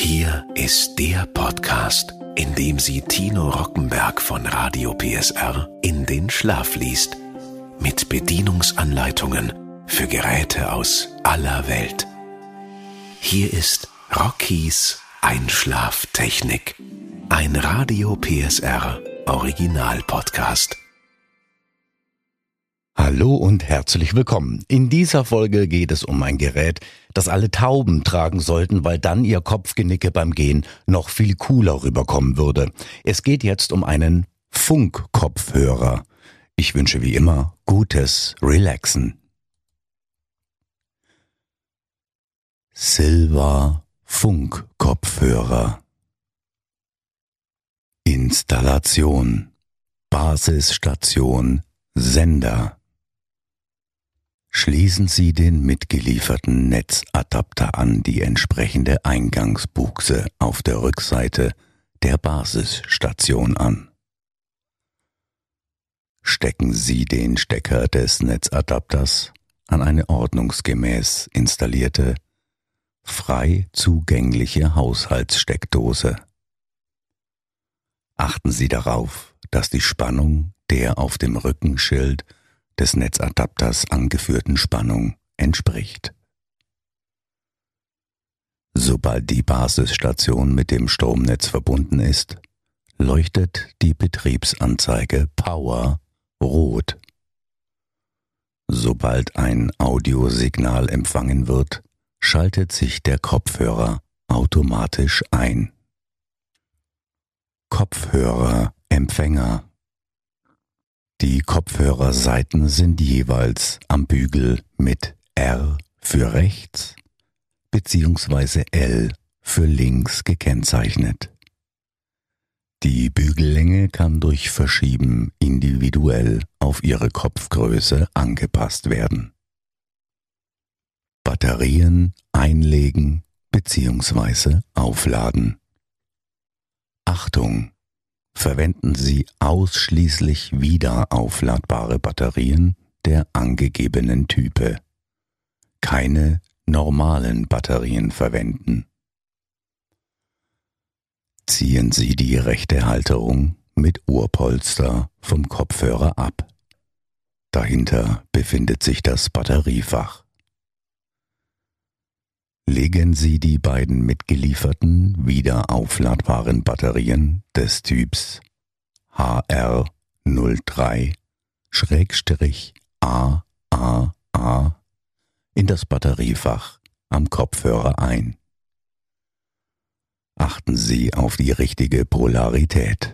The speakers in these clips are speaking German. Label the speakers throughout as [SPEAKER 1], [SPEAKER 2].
[SPEAKER 1] Hier ist der Podcast, in dem sie Tino Rockenberg von Radio PSR in den Schlaf liest. Mit Bedienungsanleitungen für Geräte aus aller Welt. Hier ist Rockies Einschlaftechnik. Ein Radio PSR Original-Podcast.
[SPEAKER 2] Hallo und herzlich willkommen. In dieser Folge geht es um ein Gerät, das alle Tauben tragen sollten, weil dann ihr Kopfgenicke beim Gehen noch viel cooler rüberkommen würde. Es geht jetzt um einen Funkkopfhörer. Ich wünsche wie immer gutes Relaxen. Silva Funkkopfhörer. Installation. Basisstation. Sender. Schließen Sie den mitgelieferten Netzadapter an die entsprechende Eingangsbuchse auf der Rückseite der Basisstation an. Stecken Sie den Stecker des Netzadapters an eine ordnungsgemäß installierte, frei zugängliche Haushaltssteckdose. Achten Sie darauf, dass die Spannung der auf dem Rückenschild des Netzadapters angeführten Spannung entspricht. Sobald die Basisstation mit dem Stromnetz verbunden ist, leuchtet die Betriebsanzeige Power rot. Sobald ein Audiosignal empfangen wird, schaltet sich der Kopfhörer automatisch ein. Kopfhörerempfänger. Die Kopfhörerseiten sind jeweils am Bügel mit R für rechts bzw. L für links gekennzeichnet. Die Bügellänge kann durch Verschieben individuell auf ihre Kopfgröße angepasst werden. Batterien einlegen bzw. aufladen. Achtung! Verwenden Sie ausschließlich wiederaufladbare Batterien der angegebenen Type. Keine normalen Batterien verwenden. Ziehen Sie die rechte Halterung mit Ohrpolster vom Kopfhörer ab. Dahinter befindet sich das Batteriefach. Legen Sie die beiden mitgelieferten, wiederaufladbaren Batterien des Typs HR03-AAA in das Batteriefach am Kopfhörer ein. Achten Sie auf die richtige Polarität.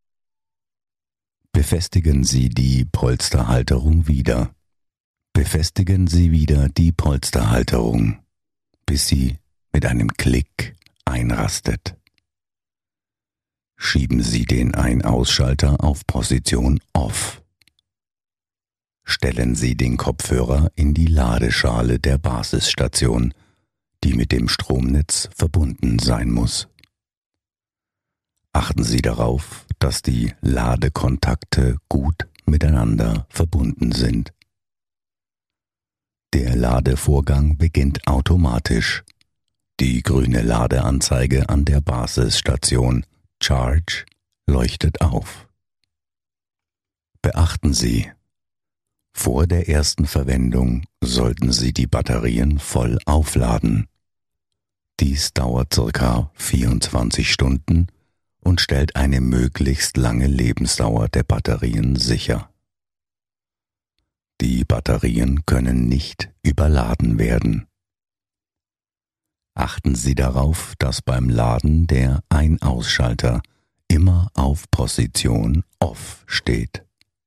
[SPEAKER 2] Befestigen Sie die Polsterhalterung wieder. Befestigen Sie wieder die Polsterhalterung, bis sie mit einem Klick einrastet. Schieben Sie den Ein-Ausschalter auf Position Off. Stellen Sie den Kopfhörer in die Ladeschale der Basisstation, die mit dem Stromnetz verbunden sein muss. Achten Sie darauf, dass die Ladekontakte gut miteinander verbunden sind. Der Ladevorgang beginnt automatisch. Die grüne Ladeanzeige an der Basisstation Charge leuchtet auf. Beachten Sie: Vor der ersten Verwendung sollten Sie die Batterien voll aufladen. Dies dauert ca. 24 Stunden und stellt eine möglichst lange Lebensdauer der Batterien sicher. Die Batterien können nicht überladen werden. Achten Sie darauf, dass beim Laden der Ein-Ausschalter immer auf Position Off steht.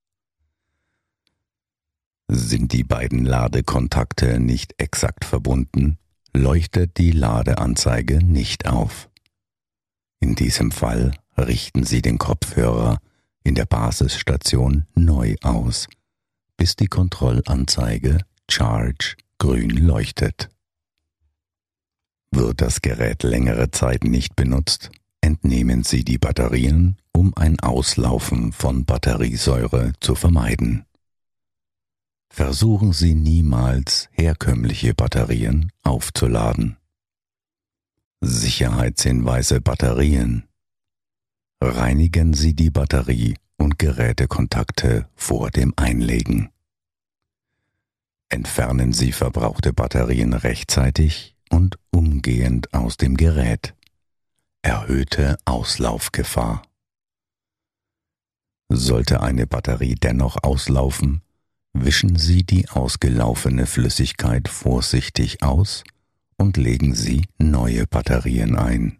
[SPEAKER 2] Sind die beiden Ladekontakte nicht exakt verbunden, leuchtet die Ladeanzeige nicht auf. In diesem Fall richten Sie den Kopfhörer in der Basisstation neu aus, bis die Kontrollanzeige Charge grün leuchtet. Wird das Gerät längere Zeit nicht benutzt, entnehmen Sie die Batterien, um ein Auslaufen von Batteriesäure zu vermeiden. Versuchen Sie niemals, herkömmliche Batterien aufzuladen. Sicherheitshinweise Batterien. Reinigen Sie die Batterie und Gerätekontakte vor dem Einlegen. Entfernen Sie verbrauchte Batterien rechtzeitig und umgehend aus dem Gerät. Erhöhte Auslaufgefahr. Sollte eine Batterie dennoch auslaufen, wischen Sie die ausgelaufene Flüssigkeit vorsichtig aus und legen Sie neue Batterien ein.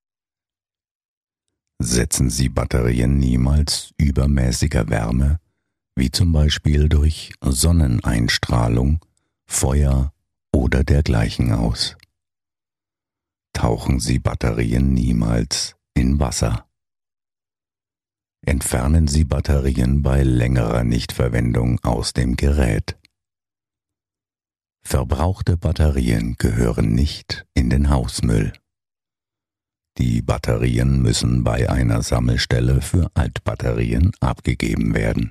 [SPEAKER 2] Setzen Sie Batterien niemals übermäßiger Wärme, wie zum Beispiel durch Sonneneinstrahlung, Feuer oder dergleichen aus. Tauchen Sie Batterien niemals in Wasser. Entfernen Sie Batterien bei längerer Nichtverwendung aus dem Gerät. Verbrauchte Batterien gehören nicht in den Hausmüll. Die Batterien müssen bei einer Sammelstelle für Altbatterien abgegeben werden.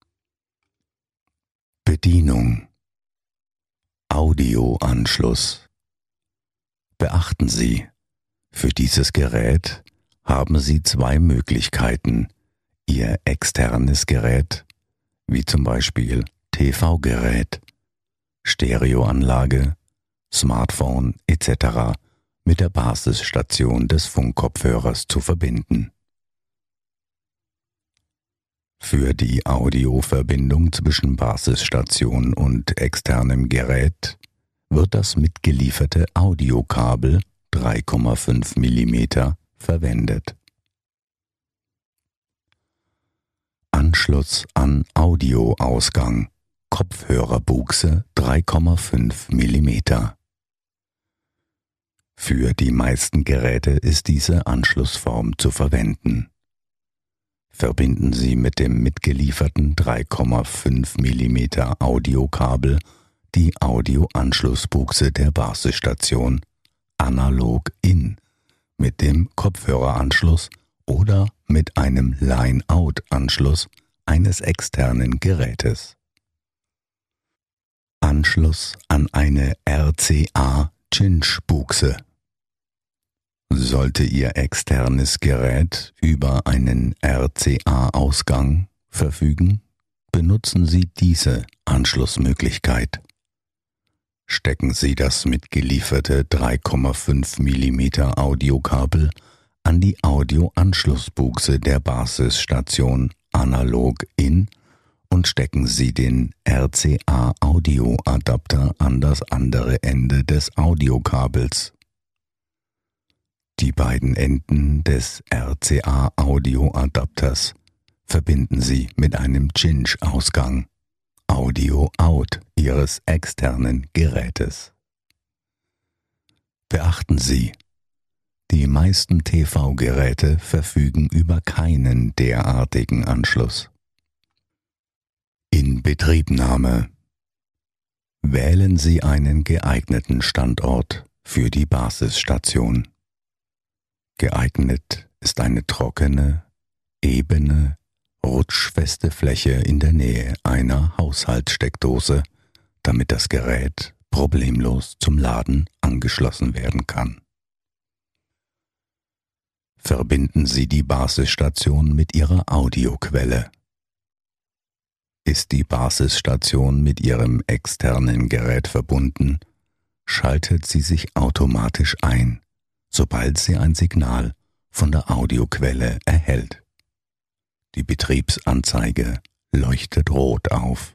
[SPEAKER 2] Bedienung. Audioanschluss. Beachten Sie, für dieses Gerät haben Sie zwei Möglichkeiten, Ihr externes Gerät, wie zum Beispiel TV-Gerät, Stereoanlage, Smartphone etc. mit der Basisstation des Funkkopfhörers zu verbinden. Für die Audioverbindung zwischen Basisstation und externem Gerät wird das mitgelieferte Audiokabel 3,5 mm verwendet. Anschluss an Audioausgang, Kopfhörerbuchse 3,5 mm. Für die meisten Geräte ist diese Anschlussform zu verwenden. Verbinden Sie mit dem mitgelieferten 3,5 mm Audiokabel die Audioanschlussbuchse der Basisstation analog in mit dem Kopfhöreranschluss oder mit einem Line-Out-Anschluss eines externen Gerätes. Anschluss an eine RCA-Cinch-Buchse. Sollte Ihr externes Gerät über einen RCA-Ausgang verfügen, benutzen Sie diese Anschlussmöglichkeit. Stecken Sie das mitgelieferte 3,5 mm Audiokabel an die Audioanschlussbuchse der Basisstation analog in und stecken Sie den RCA-Audioadapter an das andere Ende des Audiokabels. Die beiden Enden des RCA-Audioadapters verbinden Sie mit einem Cinch-Ausgang, Audio-Out Ihres externen Gerätes. Beachten Sie, die meisten TV-Geräte verfügen über keinen derartigen Anschluss. Inbetriebnahme. Wählen Sie einen geeigneten Standort für die Basisstation. Geeignet ist eine trockene, ebene, rutschfeste Fläche in der Nähe einer Haushaltssteckdose, damit das Gerät problemlos zum Laden angeschlossen werden kann. Verbinden Sie die Basisstation mit Ihrer Audioquelle. Ist die Basisstation mit Ihrem externen Gerät verbunden, schaltet sie sich automatisch ein, sobald sie ein Signal von der Audioquelle erhält. Die Betriebsanzeige leuchtet rot auf.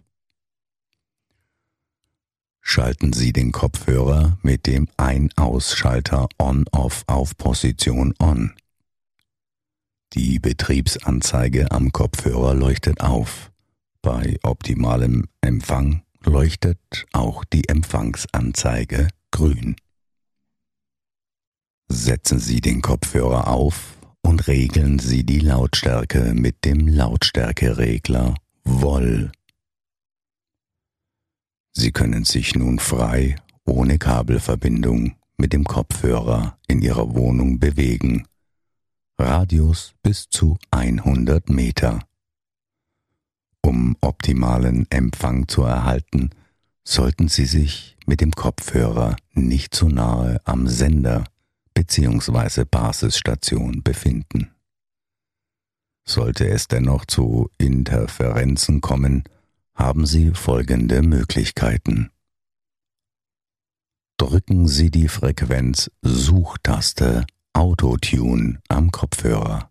[SPEAKER 2] Schalten Sie den Kopfhörer mit dem Ein-Aus-Schalter On-Off auf Position On. Die Betriebsanzeige am Kopfhörer leuchtet auf. Bei optimalem Empfang leuchtet auch die Empfangsanzeige grün. Setzen Sie den Kopfhörer auf und regeln Sie die Lautstärke mit dem Lautstärkeregler Vol. Sie können sich nun frei, ohne Kabelverbindung, mit dem Kopfhörer in Ihrer Wohnung bewegen. Radius bis zu 100 Meter. Um optimalen Empfang zu erhalten, sollten Sie sich mit dem Kopfhörer nicht zu nahe am Sender bzw. Basisstation befinden. Sollte es dennoch zu Interferenzen kommen, haben Sie folgende Möglichkeiten. Drücken Sie die Frequenz-Suchtaste Autotune am Kopfhörer.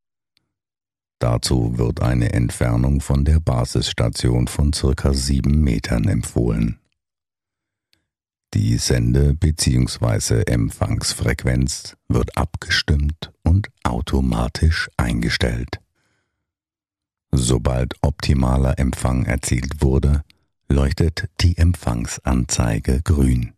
[SPEAKER 2] Dazu wird eine Entfernung von der Basisstation von ca. 7 Metern empfohlen. Die Sende- bzw. Empfangsfrequenz wird abgestimmt und automatisch eingestellt. Sobald optimaler Empfang erzielt wurde, leuchtet die Empfangsanzeige grün.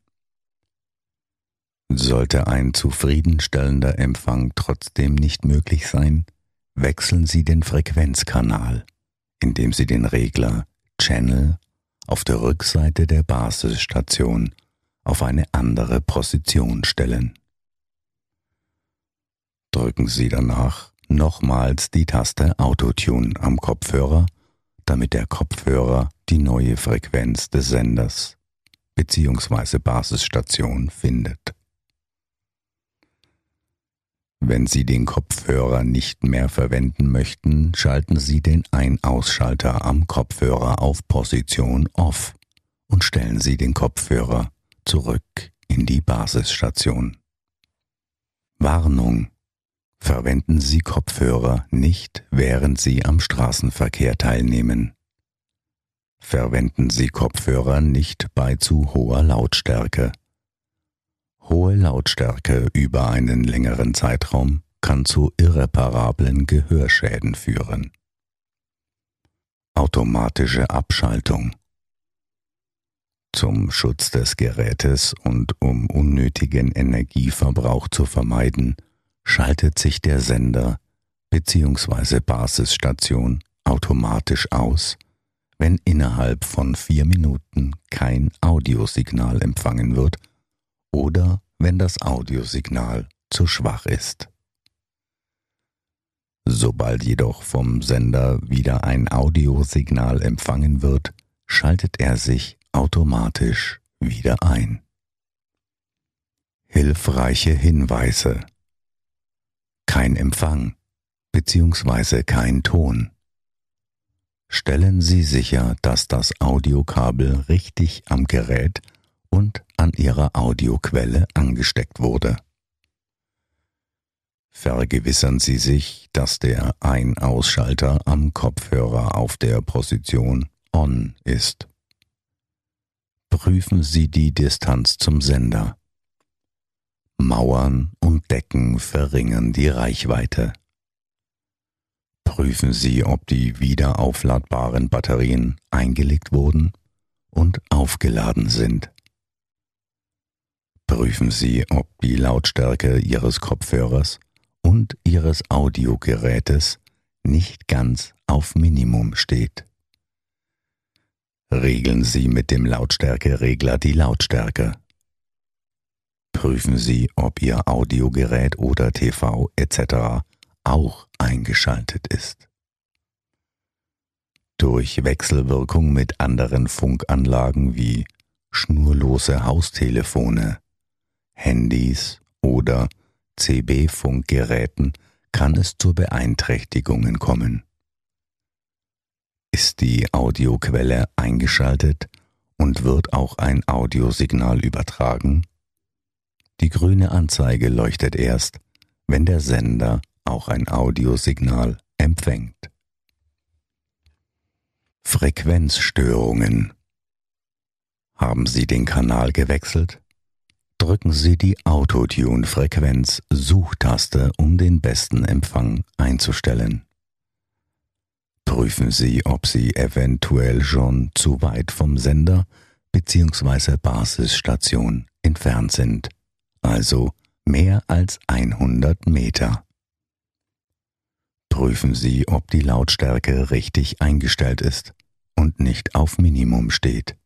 [SPEAKER 2] Sollte ein zufriedenstellender Empfang trotzdem nicht möglich sein, wechseln Sie den Frequenzkanal, indem Sie den Regler Channel auf der Rückseite der Basisstation auf eine andere Position stellen. Drücken Sie danach nochmals die Taste Autotune am Kopfhörer, damit der Kopfhörer die neue Frequenz des Senders bzw. Basisstation findet. Wenn Sie den Kopfhörer nicht mehr verwenden möchten, schalten Sie den Ein-Ausschalter am Kopfhörer auf Position Off und stellen Sie den Kopfhörer zurück in die Basisstation. Warnung: Verwenden Sie Kopfhörer nicht, während Sie am Straßenverkehr teilnehmen. Verwenden Sie Kopfhörer nicht bei zu hoher Lautstärke. Hohe Lautstärke über einen längeren Zeitraum kann zu irreparablen Gehörschäden führen. Automatische Abschaltung. Zum Schutz des Gerätes und um unnötigen Energieverbrauch zu vermeiden, schaltet sich der Sender bzw. Basisstation automatisch aus, wenn innerhalb von 4 Minuten kein Audiosignal empfangen wird oder wenn das Audiosignal zu schwach ist. Sobald jedoch vom Sender wieder ein Audiosignal empfangen wird, schaltet er sich automatisch wieder ein. Hilfreiche Hinweise: Kein Empfang bzw. kein Ton. Stellen Sie sicher, dass das Audiokabel richtig am Gerät und an Ihrer Audioquelle angesteckt wurde. Vergewissern Sie sich, dass der Ein-Ausschalter am Kopfhörer auf der Position On ist. Prüfen Sie die Distanz zum Sender. Mauern und Decken verringern die Reichweite. Prüfen Sie, ob die wiederaufladbaren Batterien eingelegt wurden und aufgeladen sind. Prüfen Sie, ob die Lautstärke Ihres Kopfhörers und Ihres Audiogerätes nicht ganz auf Minimum steht. Regeln Sie mit dem Lautstärkeregler die Lautstärke. Prüfen Sie, ob Ihr Audiogerät oder TV etc. auch eingeschaltet ist. Durch Wechselwirkung mit anderen Funkanlagen wie schnurlose Haustelefone, Handys oder CB-Funkgeräten kann es zu Beeinträchtigungen kommen. Ist die Audioquelle eingeschaltet und wird auch ein Audiosignal übertragen? Die grüne Anzeige leuchtet erst, wenn der Sender auch ein Audiosignal empfängt. Frequenzstörungen. Haben Sie den Kanal gewechselt? Drücken Sie die Autotune-Frequenz-Suchtaste, um den besten Empfang einzustellen. Prüfen Sie, ob Sie eventuell schon zu weit vom Sender bzw. Basisstation entfernt sind, also mehr als 100 Meter. Prüfen Sie, ob die Lautstärke richtig eingestellt ist und nicht auf Minimum steht.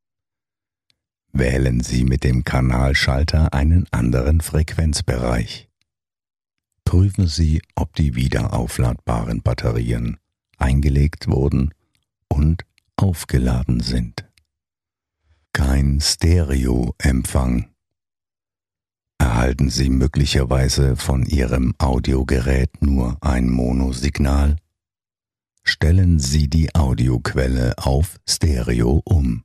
[SPEAKER 2] Wählen Sie mit dem Kanalschalter einen anderen Frequenzbereich. Prüfen Sie, ob die wiederaufladbaren Batterien eingelegt wurden und aufgeladen sind. Kein Stereoempfang. Erhalten Sie möglicherweise von Ihrem Audiogerät nur ein Monosignal? Stellen Sie die Audioquelle auf Stereo um.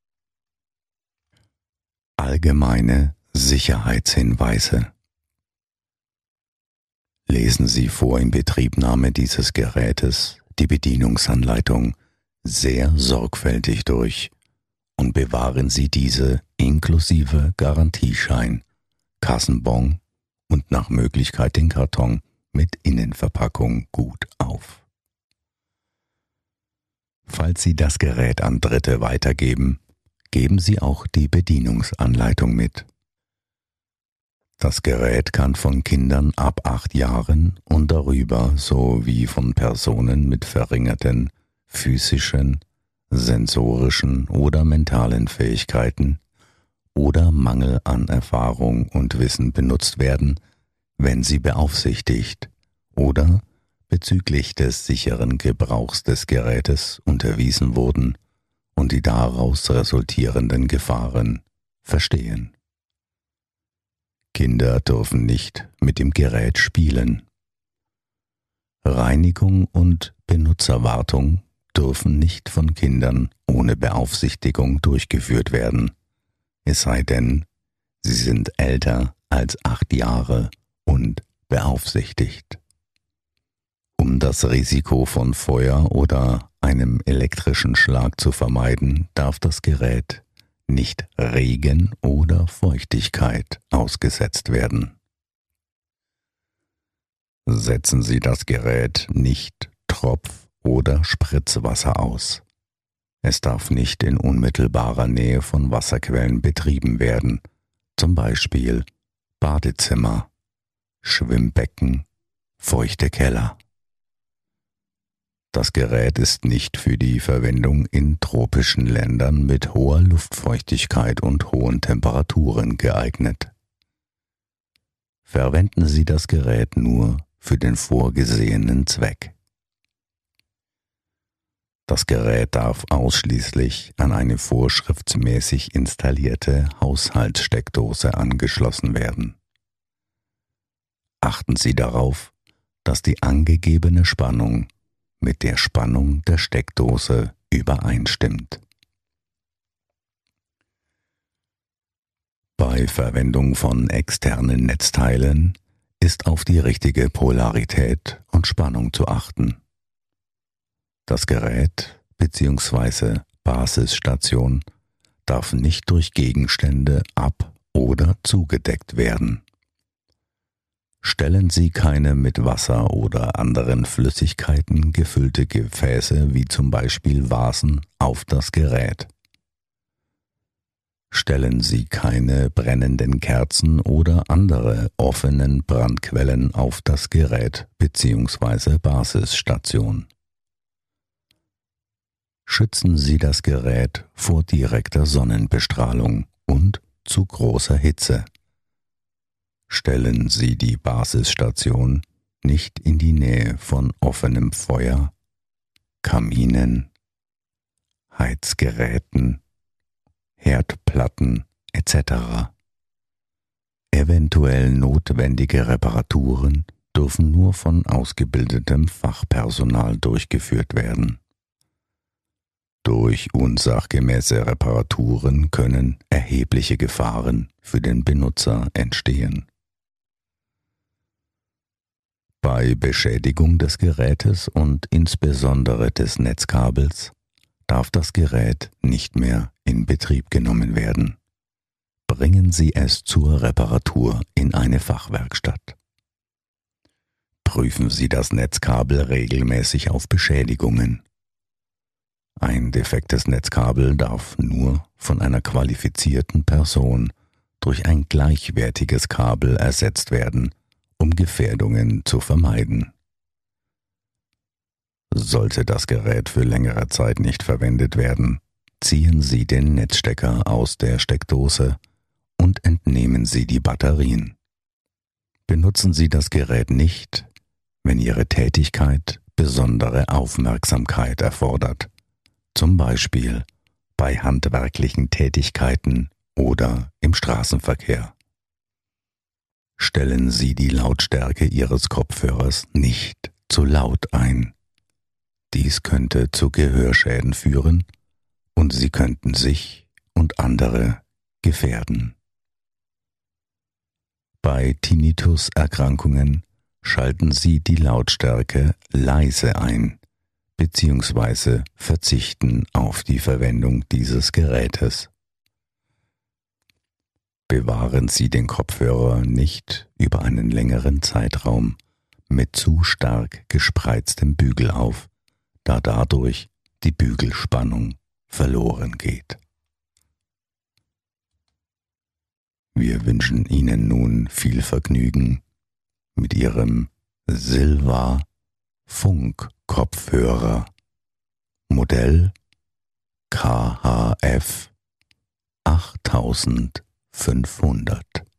[SPEAKER 2] Allgemeine Sicherheitshinweise. Lesen Sie vor Inbetriebnahme dieses Gerätes die Bedienungsanleitung sehr sorgfältig durch und bewahren Sie diese inklusive Garantieschein, Kassenbon und nach Möglichkeit den Karton mit Innenverpackung gut auf. Falls Sie das Gerät an Dritte weitergeben, geben Sie auch die Bedienungsanleitung mit. Das Gerät kann von Kindern ab 8 Jahren und darüber sowie von Personen mit verringerten physischen, sensorischen oder mentalen Fähigkeiten oder Mangel an Erfahrung und Wissen benutzt werden, wenn sie beaufsichtigt oder bezüglich des sicheren Gebrauchs des Gerätes unterwiesen wurden und die daraus resultierenden Gefahren verstehen. Kinder dürfen nicht mit dem Gerät spielen. Reinigung und Benutzerwartung dürfen nicht von Kindern ohne Beaufsichtigung durchgeführt werden, es sei denn, sie sind älter als 8 Jahre und beaufsichtigt. Um das Risiko von Feuer oder einem elektrischen Schlag zu vermeiden, darf das Gerät nicht Regen oder Feuchtigkeit ausgesetzt werden. Setzen Sie das Gerät nicht Tropf- oder Spritzwasser aus. Es darf nicht in unmittelbarer Nähe von Wasserquellen betrieben werden, zum Beispiel Badezimmer, Schwimmbecken, feuchte Keller. Das Gerät ist nicht für die Verwendung in tropischen Ländern mit hoher Luftfeuchtigkeit und hohen Temperaturen geeignet. Verwenden Sie das Gerät nur für den vorgesehenen Zweck. Das Gerät darf ausschließlich an eine vorschriftsmäßig installierte Haushaltssteckdose angeschlossen werden. Achten Sie darauf, dass die angegebene Spannung mit der Spannung der Steckdose übereinstimmt. Bei Verwendung von externen Netzteilen ist auf die richtige Polarität und Spannung zu achten. Das Gerät bzw. Basisstation darf nicht durch Gegenstände ab- oder zugedeckt werden. Stellen Sie keine mit Wasser oder anderen Flüssigkeiten gefüllte Gefäße wie zum Beispiel Vasen auf das Gerät. Stellen Sie keine brennenden Kerzen oder andere offenen Brandquellen auf das Gerät bzw. Basisstation. Schützen Sie das Gerät vor direkter Sonnenbestrahlung und zu großer Hitze. Stellen Sie die Basisstation nicht in die Nähe von offenem Feuer, Kaminen, Heizgeräten, Herdplatten etc. Eventuell notwendige Reparaturen dürfen nur von ausgebildetem Fachpersonal durchgeführt werden. Durch unsachgemäße Reparaturen können erhebliche Gefahren für den Benutzer entstehen. Bei Beschädigung des Gerätes und insbesondere des Netzkabels darf das Gerät nicht mehr in Betrieb genommen werden. Bringen Sie es zur Reparatur in eine Fachwerkstatt. Prüfen Sie das Netzkabel regelmäßig auf Beschädigungen. Ein defektes Netzkabel darf nur von einer qualifizierten Person durch ein gleichwertiges Kabel ersetzt werden, um Gefährdungen zu vermeiden. Sollte das Gerät für längere Zeit nicht verwendet werden, ziehen Sie den Netzstecker aus der Steckdose und entnehmen Sie die Batterien. Benutzen Sie das Gerät nicht, wenn Ihre Tätigkeit besondere Aufmerksamkeit erfordert, zum Beispiel bei handwerklichen Tätigkeiten oder im Straßenverkehr. stellen Sie die Lautstärke Ihres Kopfhörers nicht zu laut ein. Dies könnte zu Gehörschäden führen und Sie könnten sich und andere gefährden. Bei Tinnitus-Erkrankungen schalten Sie die Lautstärke leise ein bzw. verzichten auf die Verwendung dieses Gerätes. Bewahren Sie den Kopfhörer nicht über einen längeren Zeitraum mit zu stark gespreiztem Bügel auf, da dadurch die Bügelspannung verloren geht. Wir wünschen Ihnen nun viel Vergnügen mit Ihrem Silva Funk-Kopfhörer Modell KHF 8500.